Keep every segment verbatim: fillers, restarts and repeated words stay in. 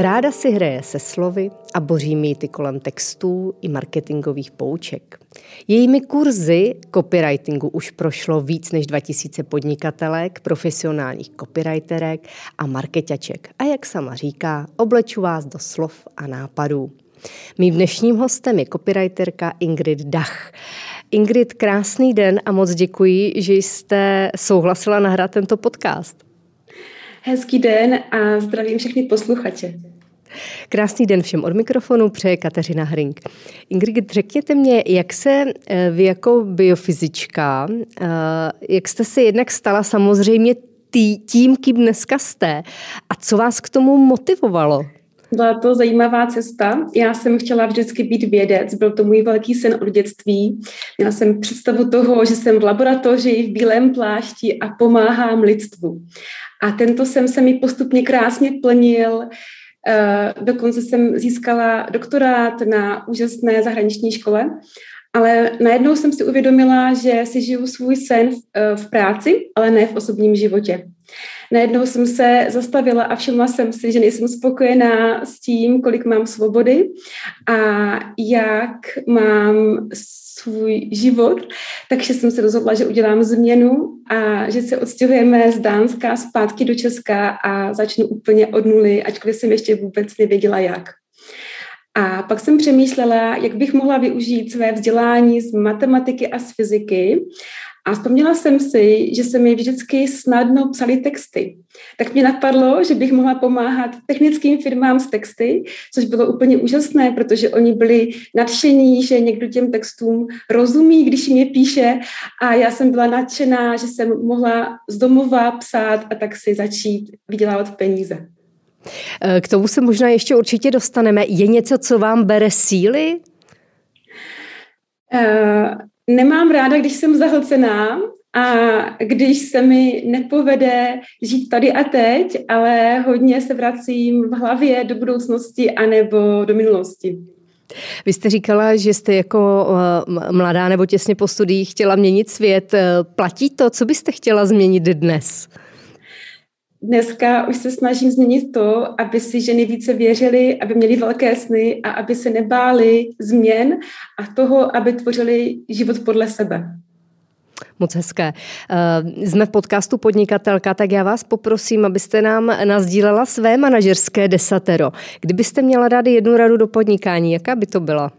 Ráda si hraje se slovy a boří mýty kolem textů i marketingových pouček. Jejími kurzy copywritingu už prošlo víc než dva tisíce podnikatelek, profesionálních copywriterek a marketaček. A jak sama říká, obleču vás do slov a nápadů. Mým dnešním hostem je copywriterka Ingrid Dach. Ingrid, krásný den a moc děkuji, že jste souhlasila nahrát tento podcast. Hezký den a zdravím všechny posluchače. Krásný den všem, od mikrofonu přeje Kateřina Hrink. Ingrid, řekněte mě, jak se vy jako biofyzička, jak jste se jednak stala samozřejmě tím, kým dneska jste a co vás k tomu motivovalo? Byla to zajímavá cesta. Já jsem chtěla vždycky být vědec, byl to můj velký sen od dětství. Měla jsem představu toho, že jsem v laboratoři v bílém plášti a pomáhám lidstvu. A tento sen se mi postupně krásně plnil. Dokonce jsem získala doktorát na úžasné zahraniční škole, ale najednou jsem si uvědomila, že si žiju svůj sen v, v práci, ale ne v osobním životě. Najednou jsem se zastavila a všimla jsem si, že nejsem spokojená s tím, kolik mám svobody a jak mám svůj život, takže jsem se rozhodla, že udělám změnu a že se odstěhujeme z Dánska zpátky do Česka a začnu úplně od nuly, ačkoliv jsem ještě vůbec nevěděla jak. A pak jsem přemýšlela, jak bych mohla využít své vzdělání z matematiky a z fyziky. A vzpomněla jsem si, že se mi vždycky snadno psaly texty. Tak mě napadlo, že bych mohla pomáhat technickým firmám s texty, což bylo úplně úžasné, protože oni byli nadšení, že někdo těm textům rozumí, když jim je píše. A já jsem byla nadšená, že jsem mohla z domova psát a tak si začít vydělávat peníze. K tomu se možná ještě určitě dostaneme. Je něco, co vám bere síly? Uh, nemám ráda, když jsem zahlcená a když se mi nepovede žít tady a teď, ale hodně se vracím v hlavě do budoucnosti anebo do minulosti. Vy jste říkala, že jste jako mladá nebo těsně po studiích chtěla měnit svět. Platí to? Co byste chtěla změnit dnes? Dneska už se snažím změnit to, aby si ženy více věřily, aby měly velké sny a aby se nebály změn a toho, aby tvořili život podle sebe. Moc hezké. Jsme v podcastu Podnikatelka, tak já vás poprosím, abyste nám nasdílela své manažerské desatero. Kdybyste měla dát jednu radu do podnikání, jaká by to byla?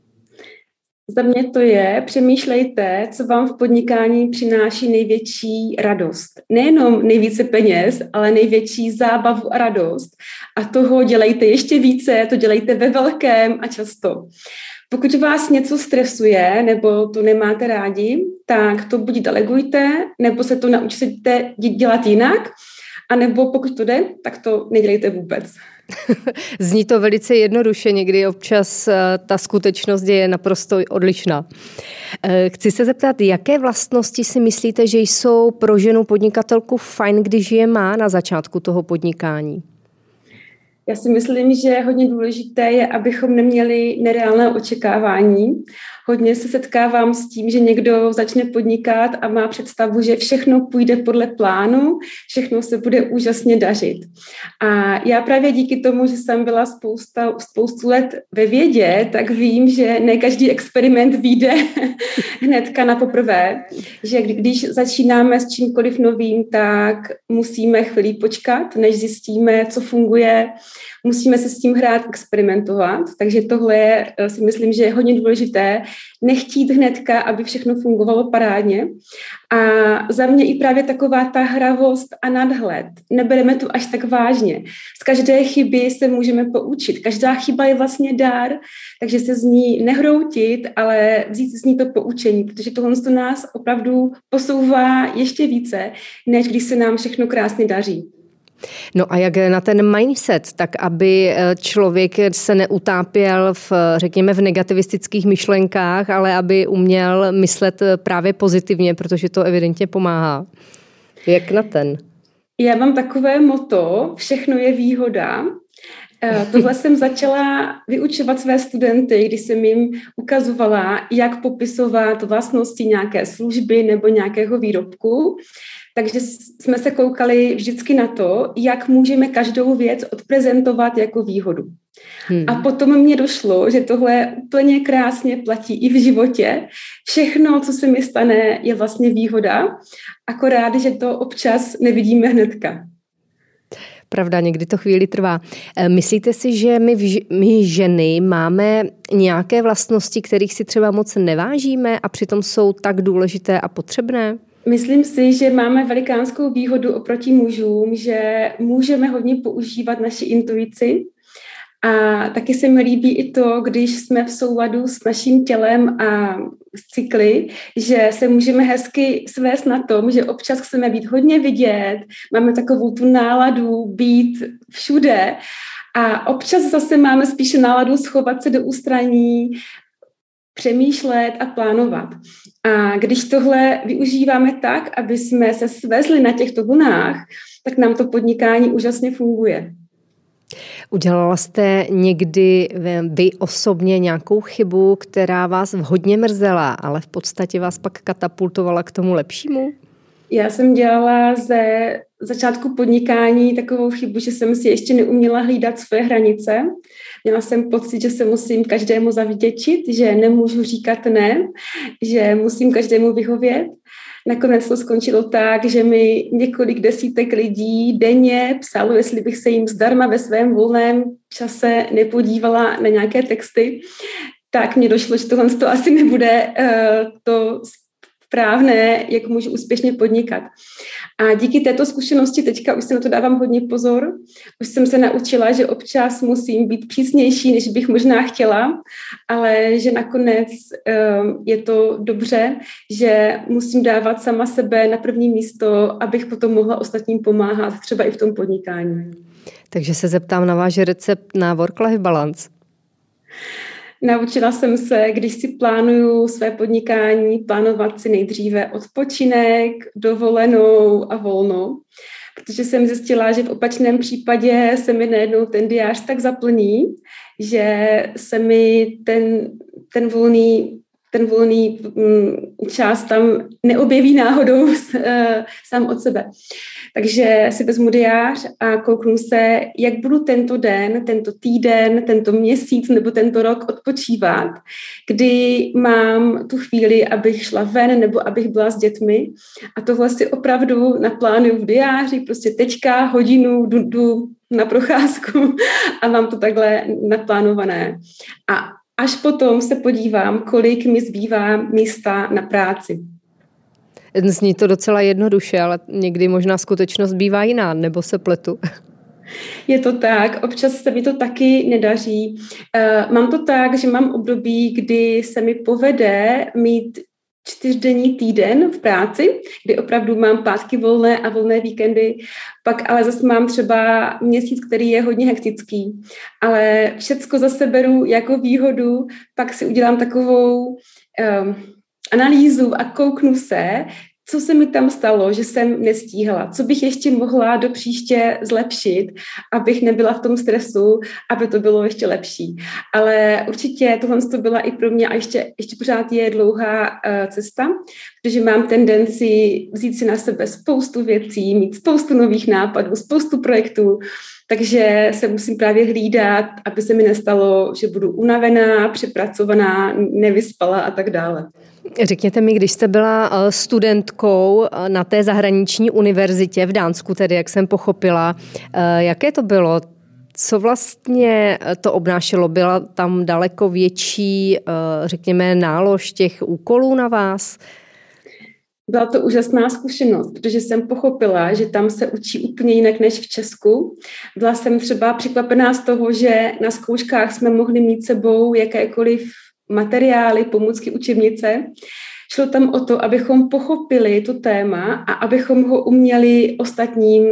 Za mě to je, přemýšlejte, co vám v podnikání přináší největší radost. Nejenom nejvíce peněz, ale největší zábavu a radost. A toho dělejte ještě více, to dělejte ve velkém a často. Pokud vás něco stresuje nebo to nemáte rádi, tak to buď delegujte, nebo se to naučíte dělat jinak, a nebo pokud to jde, tak to nedělejte vůbec. Zní to velice jednoduše, někdy občas ta skutečnost je naprosto odlišná. Chci se zeptat, jaké vlastnosti si myslíte, že jsou pro ženu podnikatelku fajn, když je má na začátku toho podnikání? Já si myslím, že hodně důležité je, abychom neměli nereálné očekávání. Hodně se setkávám s tím, že někdo začne podnikat a má představu, že všechno půjde podle plánu, všechno se bude úžasně dařit. A já právě díky tomu, že jsem byla spousta, spoustu let ve vědě, tak vím, že ne každý experiment vyjde hnedka na poprvé, že když začínáme s čímkoliv novým, tak musíme chvíli počkat, než zjistíme, co funguje. Musíme se s tím hrát, experimentovat, takže tohle je, si myslím, že je hodně důležité, nechtít hnedka, aby všechno fungovalo parádně. A za mě i právě taková ta hravost a nadhled. Nebereme to až tak vážně. Z každé chyby se můžeme poučit. Každá chyba je vlastně dar, takže se z ní nehroutit, ale vzít z ní to poučení, protože tohle to nás opravdu posouvá ještě více, než když se nám všechno krásně daří. No a jak na ten mindset, tak aby člověk se neutápěl v, řekněme, v negativistických myšlenkách, ale aby uměl myslet právě pozitivně, protože to evidentně pomáhá. Jak na ten? Já mám takové motto, všechno je výhoda. Tohle jsem začala vyučovat své studenty, když jsem jim ukazovala, jak popisovat vlastnosti nějaké služby nebo nějakého výrobku. Takže jsme se koukali vždycky na to, jak můžeme každou věc odprezentovat jako výhodu. Hmm. A potom mně došlo, že tohle úplně krásně platí i v životě. Všechno, co se mi stane, je vlastně výhoda, akorát, že to občas nevidíme hnedka. Pravda, někdy to chvíli trvá. Myslíte si, že my, my ženy máme nějaké vlastnosti, kterých si třeba moc nevážíme a přitom jsou tak důležité a potřebné? Myslím si, že máme velikánskou výhodu oproti mužům, že můžeme hodně používat naši intuici. A taky se mi líbí i to, když jsme v souladu s naším tělem a s cykly, že se můžeme hezky svést na tom, že občas chceme být hodně vidět, máme takovou tu náladu být všude a občas zase máme spíše náladu schovat se do ústraní, přemýšlet a plánovat. A když tohle využíváme tak, aby jsme se svezli na těchto vlnách, tak nám to podnikání úžasně funguje. Udělala jste někdy vy osobně nějakou chybu, která vás hodně mrzela, ale v podstatě vás pak katapultovala k tomu lepšímu? Já jsem dělala ze začátku podnikání takovou chybu, že jsem si ještě neuměla hlídat svoje hranice. Měla jsem pocit, že se musím každému zavděčit, že nemůžu říkat ne, že musím každému vyhovět. Nakonec to skončilo tak, že mi několik desítek lidí denně psalo, jestli bych se jim zdarma ve svém volném čase nepodívala na nějaké texty, tak mi došlo, že tohle to asi nebude uh, to správné, jak můžu úspěšně podnikat. A díky této zkušenosti teďka už se na to dávám hodně pozor. Už jsem se naučila, že občas musím být přísnější, než bych možná chtěla, ale že nakonec um, je to dobře, že musím dávat sama sebe na první místo, abych potom mohla ostatním pomáhat, třeba i v tom podnikání. Takže se zeptám na váš recept na work-life balance. Naučila jsem se, když si plánuju své podnikání, plánovat si nejdříve odpočinek, dovolenou a volno, protože jsem zjistila, že v opačném případě se mi najednou ten diář tak zaplní, že se mi ten, ten volný ten volný čas tam neobjeví náhodou sám od sebe. Takže si vezmu diář a kouknu se, jak budu tento den, tento týden, tento měsíc nebo tento rok odpočívat, kdy mám tu chvíli, abych šla ven nebo abych byla s dětmi. A tohle si opravdu naplánuju v diáři, prostě teďka, hodinu, jdu, jdu na procházku a mám to takhle naplánované. A až potom se podívám, kolik mi zbývá místa na práci. Zní to docela jednoduše, ale někdy možná skutečnost bývá jiná, nebo se pletu. Je to tak, občas se mi to taky nedaří. Mám to tak, že mám období, kdy se mi povede mít čtyřdenní týden v práci, kdy opravdu mám pátky volné a volné víkendy, pak ale zase mám třeba měsíc, který je hodně hektický, ale všecko zase beru jako výhodu, pak si udělám takovou um, analýzu a kouknu se, co se mi tam stalo, že jsem nestíhala, co bych ještě mohla do příště zlepšit, abych nebyla v tom stresu, aby to bylo ještě lepší. Ale určitě tohle to byla i pro mě a ještě, ještě pořád je dlouhá uh, cesta, protože mám tendenci vzít si na sebe spoustu věcí, mít spoustu nových nápadů, spoustu projektů, takže se musím právě hlídat, aby se mi nestalo, že budu unavená, přepracovaná, nevyspala a tak dále. Řekněte mi, když jste byla studentkou na té zahraniční univerzitě v Dánsku, tedy jak jsem pochopila, jaké to bylo? Co vlastně to obnášelo? Byla tam daleko větší, řekněme, nálož těch úkolů na vás? Byla to úžasná zkušenost, protože jsem pochopila, že tam se učí úplně jinak než v Česku. Byla jsem třeba překvapená z toho, že na zkouškách jsme mohli mít sebou jakékoliv materiály, pomůcky, učebnice. Šlo tam o to, abychom pochopili to téma a abychom ho uměli ostatním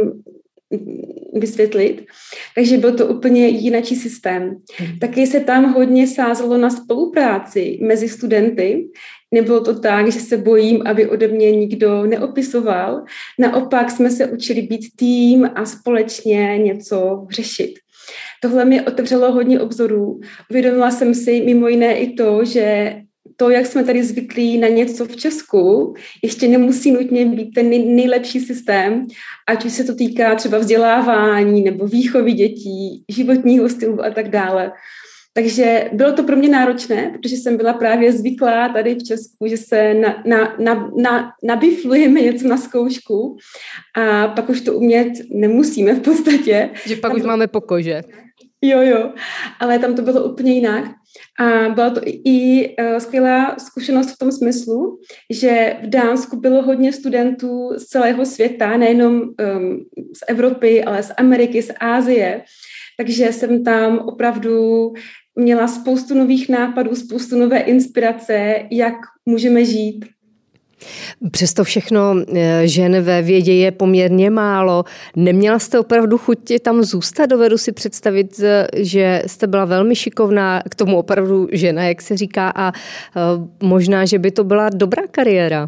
vysvětlit. Takže byl to úplně jiný systém. Taky se tam hodně sázelo na spolupráci mezi studenty. Nebylo to tak, že se bojím, aby ode mě nikdo neopisoval. Naopak jsme se učili být tým a společně něco řešit. Tohle mi otevřelo hodně obzorů. Uvědomila jsem si mimo jiné i to, že to, jak jsme tady zvyklí na něco v Česku, ještě nemusí nutně být ten nejlepší systém, ať už se to týká třeba vzdělávání nebo výchovy dětí, životního stylu a tak dále. Takže bylo to pro mě náročné, protože jsem byla právě zvyklá tady v Česku, že se na, na, na, na, nabiflujeme něco na zkoušku a pak už to umět nemusíme v podstatě. Že pak tam už to... máme pokoj, že? Jo, jo, ale tam to bylo úplně jinak. A byla to i uh, skvělá zkušenost v tom smyslu, že v Dánsku bylo hodně studentů z celého světa, nejenom um, z Evropy, ale z Ameriky, z Asie. Takže jsem tam opravdu měla spoustu nových nápadů, spoustu nové inspirace, jak můžeme žít. Přesto všechno žen ve vědě je poměrně málo. Neměla jste opravdu chuť tam zůstat? Dovedu si představit, že jste byla velmi šikovná, k tomu opravdu žena, jak se říká, a možná, že by to byla dobrá kariéra.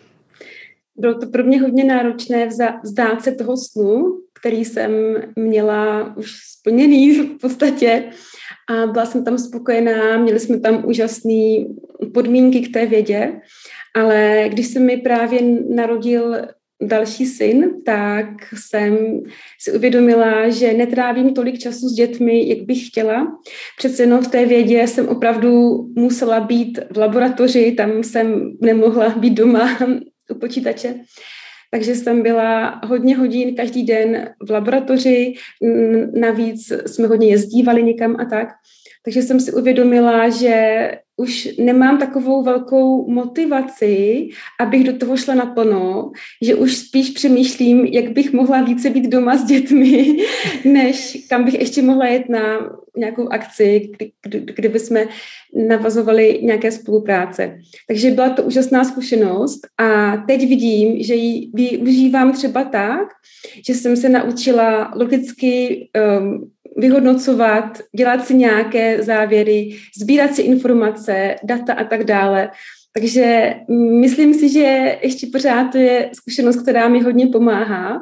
Bylo to pro mě hodně náročné vzdát se toho snu, který jsem měla už splněný v podstatě a byla jsem tam spokojená, měli jsme tam úžasné podmínky k té vědě, ale když se mi právě narodil další syn, tak jsem si uvědomila, že netrávím tolik času s dětmi, jak bych chtěla. Přece jenom v té vědě jsem opravdu musela být v laboratoři, tam jsem nemohla být doma u počítače. Takže jsem byla hodně hodin každý den v laboratoři, navíc jsme hodně jezdívali někam a tak. Takže jsem si uvědomila, že už nemám takovou velkou motivaci, abych do toho šla naplno, že už spíš přemýšlím, jak bych mohla více být doma s dětmi, než kam bych ještě mohla jet na nějakou akci, kdy, kdy, kdy bychom navazovali nějaké spolupráce. Takže byla to úžasná zkušenost a teď vidím, že ji využívám třeba tak, že jsem se naučila logicky um, vyhodnocovat, dělat si nějaké závěry, sbírat si informace, data a tak dále. Takže myslím si, že ještě pořád to je zkušenost, která mi hodně pomáhá.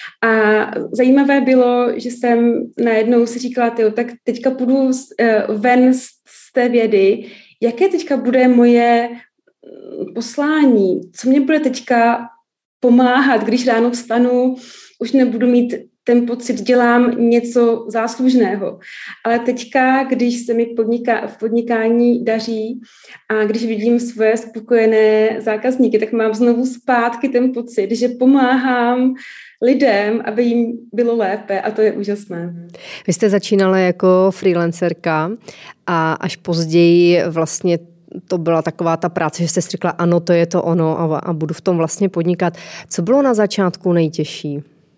A zajímavé bylo, že jsem najednou si říkala, tyjo, tak teďka půjdu ven z té vědy, jaké teďka bude moje poslání, co mě bude teďka pomáhat, když ráno vstanu, už nebudu mít ten pocit, dělám něco záslužného. Ale teďka, když se mi podniká, v podnikání daří a když vidím svoje spokojené zákazníky, tak mám znovu zpátky ten pocit, že pomáhám lidem, aby jim bylo lépe a to je úžasné. Vy jste začínala jako freelancerka a až později vlastně to byla taková ta práce, že jste si řekla, ano, to je to ono a, a budu v tom vlastně podnikat. Co bylo na začátku nejtěžší?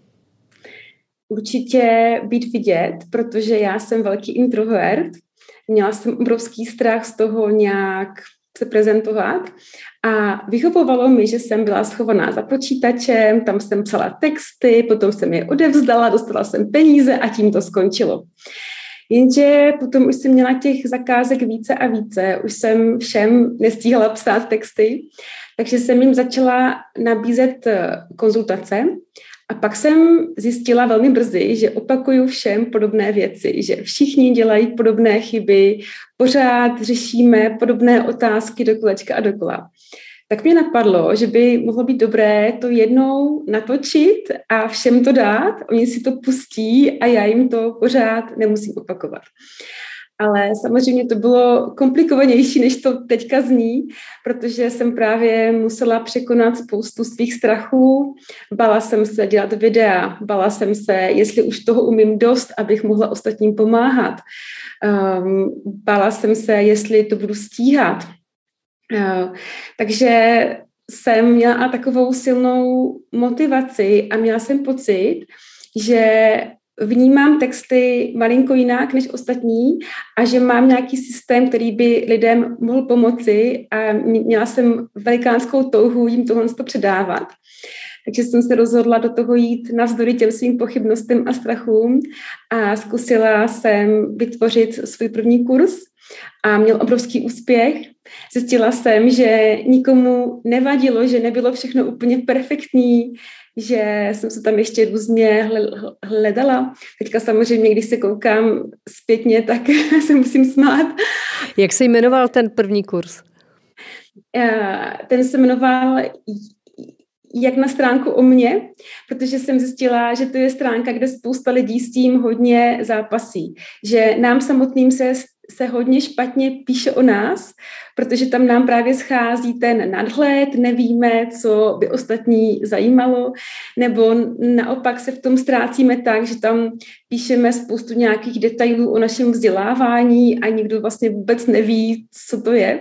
Určitě být vidět, protože já jsem velký introvert. Měla jsem obrovský strach z toho nějak se prezentovat a vyhovovalo mi, že jsem byla schovaná za počítačem, tam jsem psala texty, potom jsem je odevzdala, dostala jsem peníze a tím to skončilo. Jenže potom už jsem měla těch zakázek více a více, už jsem všem nestíhala psát texty, takže jsem jim začala nabízet konzultace. A pak jsem zjistila velmi brzy, že opakuju všem podobné věci, že všichni dělají podobné chyby, pořád řešíme podobné otázky do kolečka a dokola. Tak mě napadlo, že by mohlo být dobré to jednou natočit a všem to dát, oni si to pustí a já jim to pořád nemusím opakovat. Ale samozřejmě to bylo komplikovanější, než to teďka zní, protože jsem právě musela překonat spoustu svých strachů. Bala jsem se dělat videa, bala jsem se, jestli už toho umím dost, abych mohla ostatním pomáhat. Um, bala jsem se, jestli to budu stíhat. Uh, takže jsem měla takovou silnou motivaci a měla jsem pocit, že vnímám texty malinko jinak než ostatní a že mám nějaký systém, který by lidem mohl pomoci a měla jsem velikánskou touhu jim tohle předávat. Takže jsem se rozhodla do toho jít navzdory těm svým pochybnostem a strachům a zkusila jsem vytvořit svůj první kurz a měl obrovský úspěch. Zjistila jsem, že nikomu nevadilo, že nebylo všechno úplně perfektní, že jsem se tam ještě různě hledala. Teďka samozřejmě, když se koukám zpětně, tak se musím smát. Jak se jmenoval ten první kurz? Ten se jmenoval Jak na stránku o mně, protože jsem zjistila, že to je stránka, kde spousta lidí s tím hodně zápasí. Že nám samotným se, se hodně špatně píše o nás, protože tam nám právě schází ten nadhled, nevíme, co by ostatní zajímalo, nebo naopak se v tom ztrácíme tak, že tam píšeme spoustu nějakých detailů o našem vzdělávání a nikdo vlastně vůbec neví, co to je.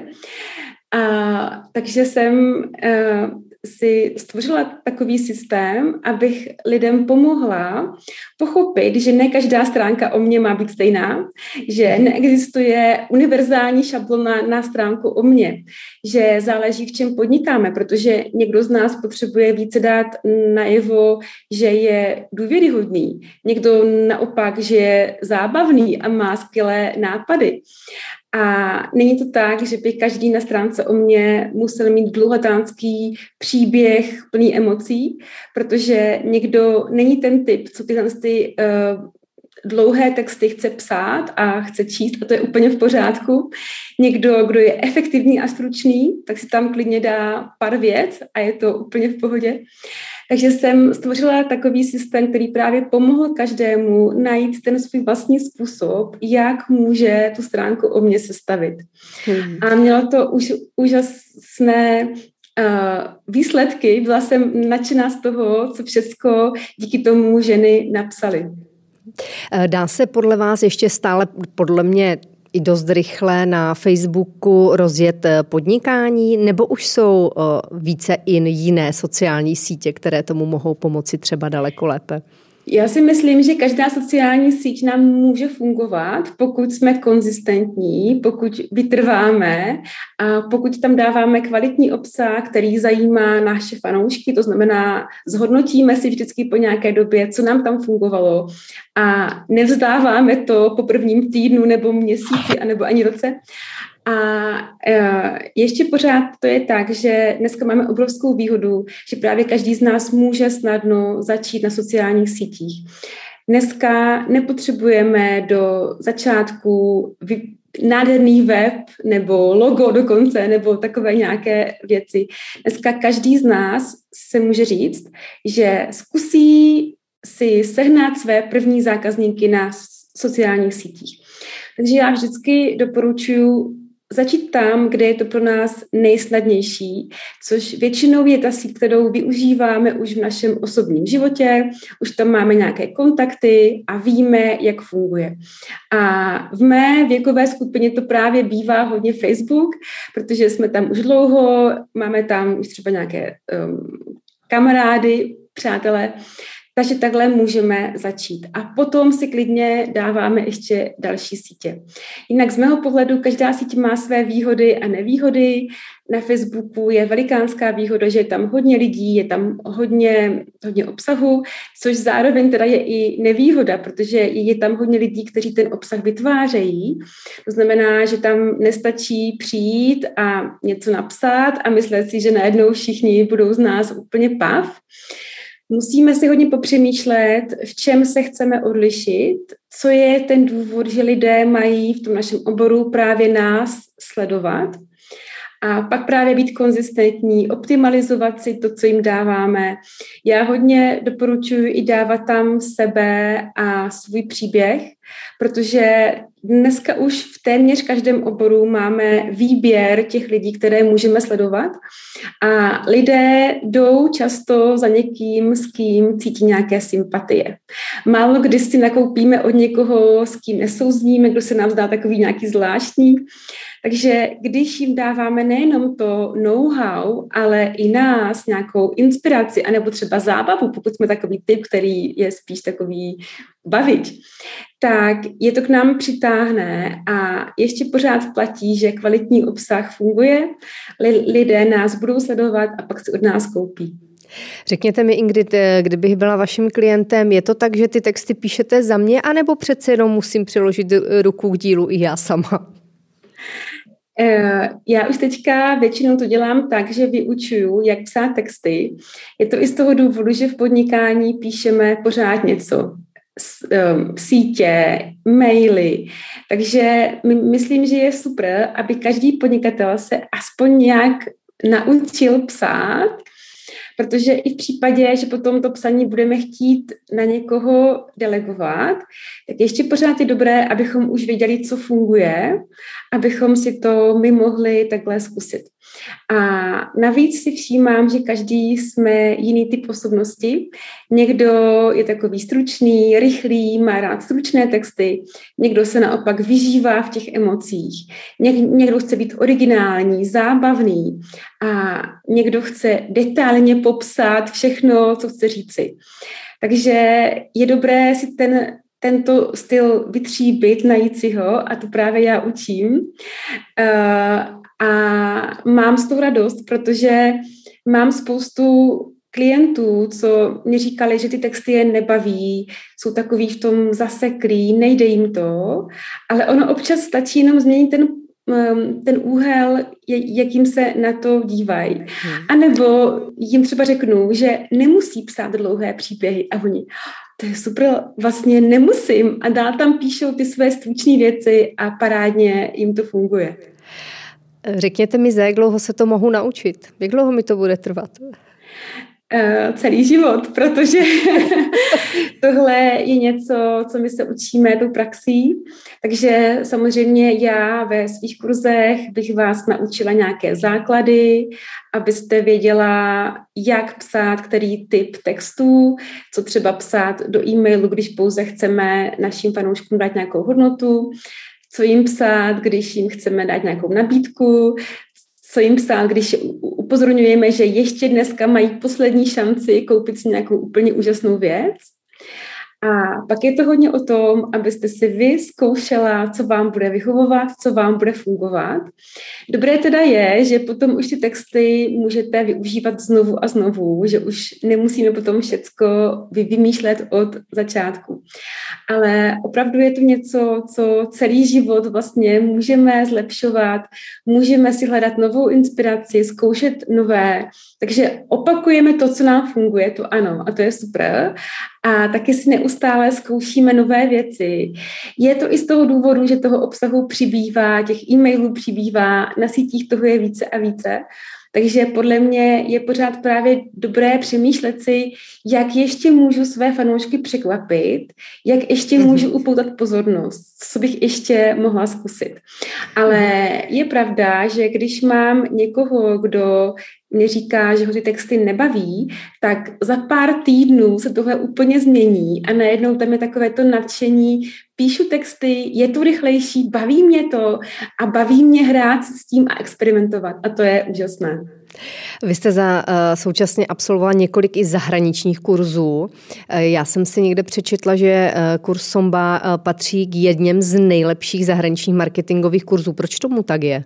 A takže jsem uh, si stvořila takový systém, abych lidem pomohla pochopit, že ne každá stránka o mně má být stejná, že neexistuje univerzální šablona na stránku o mně, že záleží, v čem podnikáme, protože někdo z nás potřebuje více dát najevo, že je důvěryhodný, někdo naopak, že je zábavný a má skvělé nápady. A není to tak, že by každý na stránce o mně musel mít dlouhatánský příběh plný emocí, protože někdo není ten typ, co tyhle ty uh, dlouhé texty chce psát a chce číst a to je úplně v pořádku. Někdo, kdo je efektivní a stručný, tak si tam klidně dá pár vět a je to úplně v pohodě. Takže jsem stvořila takový systém, který právě pomohl každému najít ten svůj vlastní způsob, jak může tu stránku o mně sestavit. Hmm. A mělo to už úžasné uh, výsledky. Byla jsem nadšená z toho, co všechno díky tomu ženy napsaly. Dá se podle vás ještě stále, podle mě, i dost rychle na Facebooku rozjet podnikání, nebo už jsou více i jiné sociální sítě, které tomu mohou pomoci třeba daleko lépe? Já si myslím, že každá sociální síť nám může fungovat, pokud jsme konzistentní, pokud vytrváme a pokud tam dáváme kvalitní obsah, který zajímá naše fanoušky, to znamená, zhodnotíme si vždycky po nějaké době, co nám tam fungovalo a nevzdáváme to po prvním týdnu nebo měsíci anebo ani roce. A ještě pořád to je tak, že dneska máme obrovskou výhodu, že právě každý z nás může snadno začít na sociálních sítích. Dneska nepotřebujeme do začátku nádherný web nebo logo dokonce nebo takové nějaké věci. Dneska každý z nás se může říct, že zkusí si sehnat své první zákazníky na sociálních sítích. Takže já vždycky doporučuji začít tam, kde je to pro nás nejsnadnější, což většinou je ta síť, kterou využíváme už v našem osobním životě, už tam máme nějaké kontakty a víme, jak funguje. A v mé věkové skupině to právě bývá hodně Facebook, protože jsme tam už dlouho, máme tam už třeba nějaké um, kamarády, přátelé, takže takhle můžeme začít. A potom si klidně dáváme ještě další sítě. Jinak z mého pohledu každá síť má své výhody a nevýhody. Na Facebooku je velikánská výhoda, že je tam hodně lidí, je tam hodně, hodně obsahu, což zároveň teda je i nevýhoda, protože je tam hodně lidí, kteří ten obsah vytvářejí. To znamená, že tam nestačí přijít a něco napsat a myslet si, že najednou všichni budou z nás úplně pav. Musíme si hodně popřemýšlet, v čem se chceme odlišit, co je ten důvod, že lidé mají v tom našem oboru právě nás sledovat a pak právě být konzistentní, optimalizovat si to, co jim dáváme. Já hodně doporučuji i dávat tam sebe a svůj příběh, protože dneska už v téměř každém oboru máme výběr těch lidí, které můžeme sledovat a lidé jdou často za někým, s kým cítí nějaké sympatie. Málo kdy si nakoupíme od někoho, s kým nesouzníme, kdo se nám zdá takový nějaký zvláštní. Takže když jim dáváme nejenom to know-how, ale i nás, nějakou inspiraci, anebo třeba zábavu, pokud jsme takový typ, který je spíš takový bavič, tak je to k nám přitáhne a ještě pořád platí, že kvalitní obsah funguje, lidé nás budou sledovat a pak si od nás koupí. Řekněte mi, Ingrid, kdybych byla vaším klientem, je to tak, že ty texty píšete za mě, anebo přece jenom musím přiložit ruku k dílu i já sama? Já už teďka většinou to dělám tak, že vyučuju, jak psát texty. Je to i z toho důvodu, že v podnikání píšeme pořád něco. Sítě, maily. Takže myslím, že je super, aby každý podnikatel se aspoň nějak naučil psát, protože i v případě, že potom to psaní budeme chtít na někoho delegovat, tak ještě pořád je dobré, abychom už věděli, co funguje, abychom si to my mohli takhle zkusit. A navíc si všímám, že každý jsme jiný typ osobnosti. Někdo je takový stručný, rychlý, má rád stručné texty, někdo se naopak vyžívá v těch emocích, Něk- někdo chce být originální, zábavný a někdo chce detailně popsat všechno, co chce říci. Takže je dobré si ten tento styl vytříbit, najít si ho a to právě já učím. Uh, A mám z toho radost, protože mám spoustu klientů, co mě říkali, že ty texty je nebaví, jsou takový v tom zaseklý, nejde jim to, ale ono občas stačí jenom změnit ten, ten úhel, jakým se na to dívají. Hmm. A nebo jim třeba řeknu, že nemusí psát dlouhé příběhy a oni, to je super, vlastně nemusím a dál tam píšou ty své stručné věci a parádně jim to funguje. Řekněte mi, za jak dlouho se to mohu naučit? Jak dlouho mi to bude trvat? Uh, celý život, protože tohle je něco, co my se učíme tou praxí. Takže samozřejmě já ve svých kurzech bych vás naučila nějaké základy, abyste věděla, jak psát který typ textů, co třeba psát do e-mailu, když pouze chceme našim fanouškům dát nějakou hodnotu, co jim psát, když jim chceme dát nějakou nabídku, co jim psát, když upozorňujeme, že ještě dneska mají poslední šanci koupit si nějakou úplně úžasnou věc. A pak je to hodně o tom, abyste si vy zkoušela, co vám bude vyhovovat, co vám bude fungovat. Dobré teda je, že potom už ty texty můžete využívat znovu a znovu, že už nemusíme potom všecko vymýšlet od začátku. Ale opravdu je to něco, co celý život vlastně můžeme zlepšovat, můžeme si hledat novou inspiraci, zkoušet nové. Takže opakujeme to, co nám funguje, to ano, a to je super. A taky si neustále zkoušíme nové věci. Je to i z toho důvodu, že toho obsahu přibývá, těch e-mailů přibývá, na sítích toho je více a více. Takže podle mě je pořád právě dobré přemýšlet si, jak ještě můžu své fanoušky překvapit, jak ještě můžu upoutat pozornost, co bych ještě mohla zkusit. Ale je pravda, že když mám někoho, kdo mě říká, že ho ty texty nebaví, tak za pár týdnů se tohle úplně změní a najednou tam je takové to nadšení, píšu texty, je to rychlejší, baví mě to a baví mě hrát s tím a experimentovat a to je úžasné. Vy jste za uh, současně absolvovala několik i zahraničních kurzů. Uh, já jsem si někde přečetla, že uh, kurz Somba uh, patří k jedním z nejlepších zahraničních marketingových kurzů. Proč tomu tak je?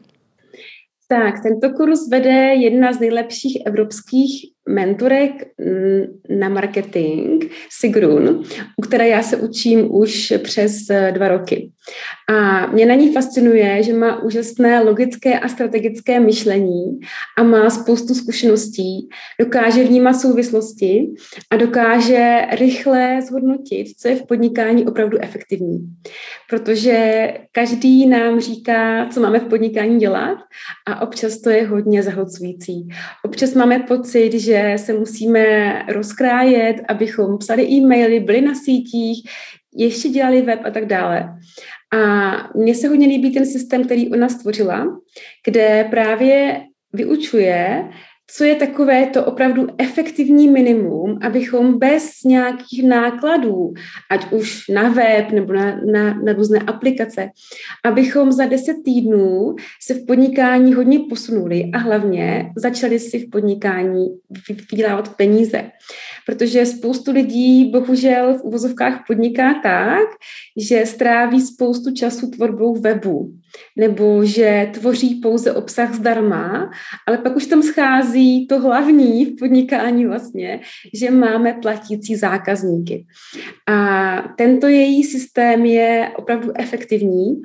Tak, tento kurz vede jedna z nejlepších evropských mentorek na marketing, Sigrun, u které já se učím už přes dva roky. A mě na ní fascinuje, že má úžasné logické a strategické myšlení a má spoustu zkušeností, dokáže vnímat souvislosti a dokáže rychle zhodnotit, co je v podnikání opravdu efektivní. Protože každý nám říká, co máme v podnikání dělat a občas to je hodně zahlcující. Občas máme pocit, že se musíme rozkrájet, abychom psali e-maily, byli na sítích, ještě dělali web a tak dále. A mně se hodně líbí ten systém, který ona stvořila, kde právě vyučuje, co je takové to opravdu efektivní minimum, abychom bez nějakých nákladů, ať už na web nebo na, na, na různé aplikace, abychom za deset týdnů se v podnikání hodně posunuli a hlavně začali si v podnikání vydělávat peníze. Protože spoustu lidí bohužel v uvozovkách podniká tak, že stráví spoustu času tvorbou webu, nebo že tvoří pouze obsah zdarma, ale pak už tam schází přichází to hlavní v podnikání vlastně, že máme platící zákazníky. A tento její systém je opravdu efektivní,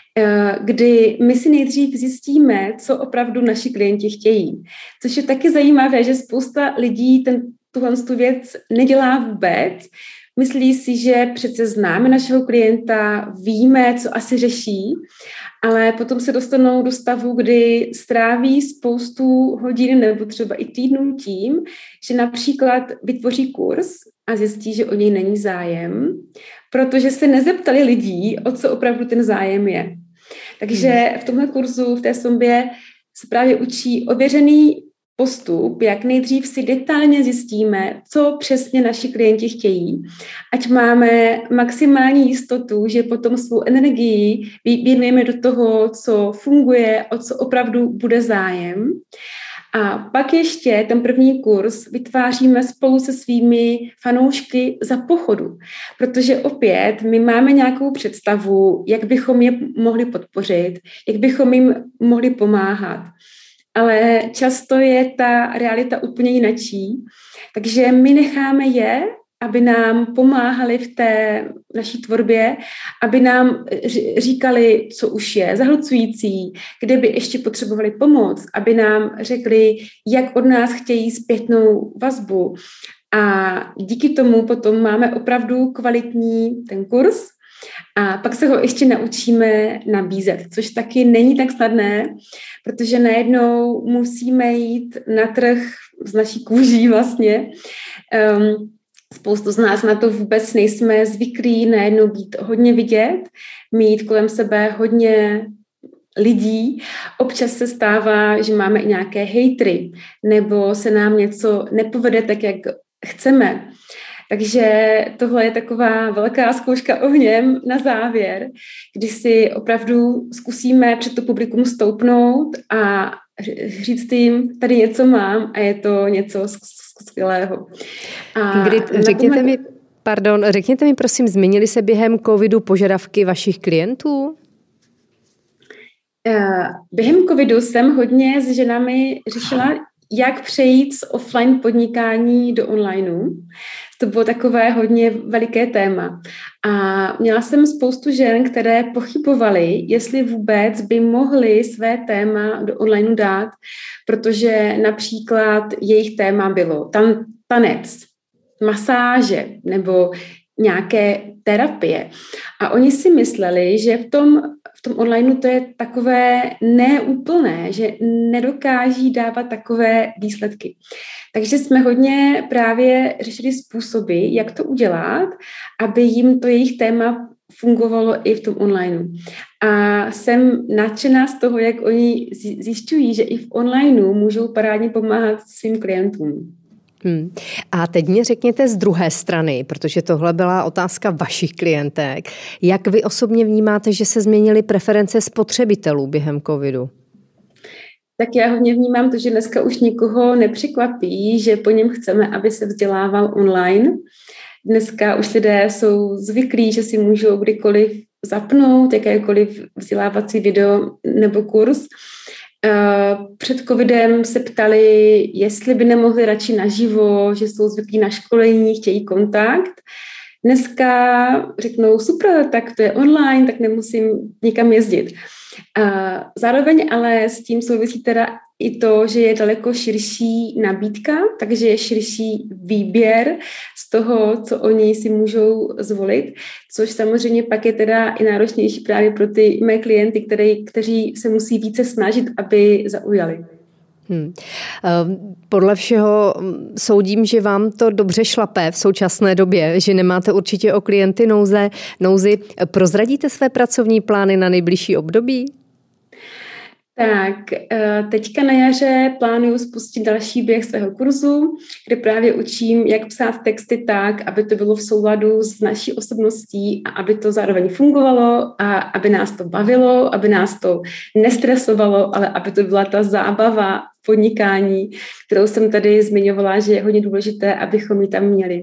kdy my si nejdřív zjistíme, co opravdu naši klienti chtějí. Což je taky zajímavé, že spousta lidí ten, tuhle tu věc nedělá vůbec. Myslí si, že přece známe našeho klienta, víme, co asi řeší, ale potom se dostanou do stavu, kdy stráví spoustu hodin nebo třeba i týdnů tím, že například vytvoří kurz a zjistí, že o něj není zájem, protože se nezeptali lidí, o co opravdu ten zájem je. Takže v tomhle kurzu, v té sombě se právě učí ověřený postup, jak nejdřív si detailně zjistíme, co přesně naši klienti chtějí, ať máme maximální jistotu, že potom svou energii věnujeme do toho, co funguje, o co opravdu bude zájem. A pak ještě ten první kurz vytváříme spolu se svými fanoušky za pochodu, protože opět my máme nějakou představu, jak bychom je mohli podpořit, jak bychom jim mohli pomáhat. Ale často je ta realita úplně jinačí, takže my necháme je, aby nám pomáhali v té naší tvorbě, aby nám říkali, co už je zahlcující, kde by ještě potřebovali pomoc, aby nám řekli, jak od nás chtějí zpětnou vazbu. A díky tomu potom máme opravdu kvalitní ten kurz a pak se ho ještě naučíme nabízet, což taky není tak snadné, protože najednou musíme jít na trh z naší kůží vlastně. Um, Spoustu z nás na to vůbec nejsme zvyklí, najednou být hodně vidět, mít kolem sebe hodně lidí. Občas se stává, že máme i nějaké hejtry, nebo se nám něco nepovede tak, jak chceme. Takže tohle je taková velká zkouška ohněm na závěr, kdy si opravdu zkusíme před to publikum stoupnout a říct jim, tady něco mám a je to něco skvělého. A Ingrid, řekněte mi, pardon, řekněte mi prosím, změnily se během covidu požadavky vašich klientů? Během covidu jsem hodně s ženami řešila, jak přejít z offline podnikání do onlineu. To bylo takové hodně veliké téma. A měla jsem spoustu žen, které pochybovaly, jestli vůbec by mohly své téma do onlineu dát, protože například jejich téma bylo tan- tanec, masáže nebo nějaké terapie. A oni si mysleli, že v tom, v tom onlineu to je takové neúplné, že nedokáží dávat takové výsledky. Takže jsme hodně právě řešili způsoby, jak to udělat, aby jim to jejich téma fungovalo i v tom onlineu. A jsem nadšená z toho, jak oni zjišťují, že i v onlineu můžou parádně pomáhat svým klientům. Hmm. A teď mě řekněte z druhé strany, protože tohle byla otázka vašich klientek. Jak vy osobně vnímáte, že se změnily preference spotřebitelů během covidu? Tak já hodně vnímám to, že dneska už nikoho nepřekvapí, že po něm chceme, aby se vzdělával online. Dneska už lidé jsou zvyklí, že si můžou kdykoliv zapnout jakékoliv vzdělávací video nebo kurz. Před covidem se ptali, jestli by nemohli radši naživo, že jsou zvyklí na školení, chtějí kontakt. Dneska řeknou, super, tak to je online, tak nemusím nikam jezdit. Zároveň ale s tím souvisí teda i to, že je daleko širší nabídka, takže je širší výběr z toho, co oni si můžou zvolit, což samozřejmě pak je teda i náročnější právě pro ty mé klienty, který, kteří se musí více snažit, aby zaujali. Hmm. Podle všeho soudím, že vám to dobře šlape v současné době, že nemáte určitě o klienty nouze, nouzi. Prozradíte své pracovní plány na nejbližší období? Tak, teďka na jaře plánuju spustit další běh svého kurzu, kde právě učím, jak psát texty tak, aby to bylo v souladu s naší osobností a aby to zároveň fungovalo a aby nás to bavilo, aby nás to nestresovalo, ale aby to byla ta zábava v podnikání, kterou jsem tady zmiňovala, že je hodně důležité, abychom ji tam měli.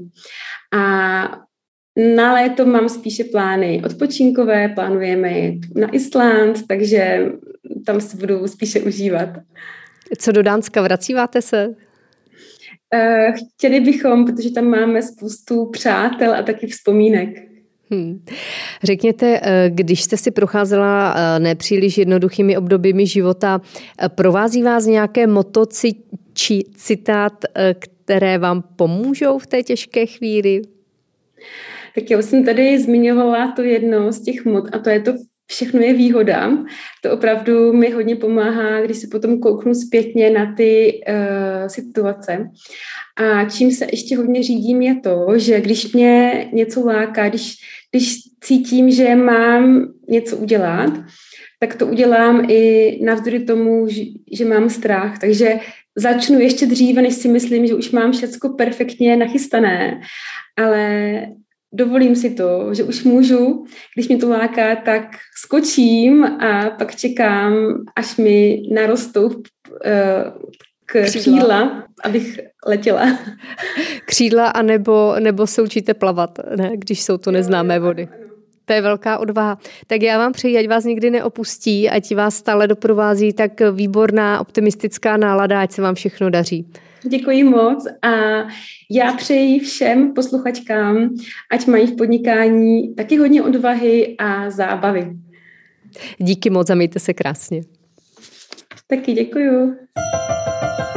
A na léto mám spíše plány odpočinkové, plánujeme jít na Island, takže tam se budu spíše užívat. Co do Dánska, vracíváte se? Chtěli bychom, protože tam máme spoustu přátel a taky vzpomínek. Hmm. Řekněte, když jste si procházela nepříliš jednoduchými obdobími života, provází vás nějaké motto či citát, které vám pomůžou v té těžké chvíli? Tak já jsem tady zmiňovala to jedno z těch mot a to je to všechno je výhoda. To opravdu mi hodně pomáhá, když se potom kouknu zpětně na ty uh, situace. A čím se ještě hodně řídím je to, že když mě něco láká, když, když cítím, že mám něco udělat, tak to udělám i navzdory tomu, že, že mám strach. Takže začnu ještě dříve, než si myslím, že už mám všecko perfektně nachystané, ale dovolím si to, že už můžu, když mě to láká, tak skočím a pak čekám, až mi narostou uh, k křídla, abych letěla. Křídla anebo, nebo se učíte plavat, ne? Když jsou to neznámé vody. To je velká odvaha. Tak já vám přeji, ať vás nikdy neopustí, ať vás stále doprovází tak výborná optimistická nálada, ať se vám všechno daří. Děkuji moc a já přeji všem posluchačkám, ať mají v podnikání taky hodně odvahy a zábavy. Díky moc a mějte se krásně. Taky děkuju.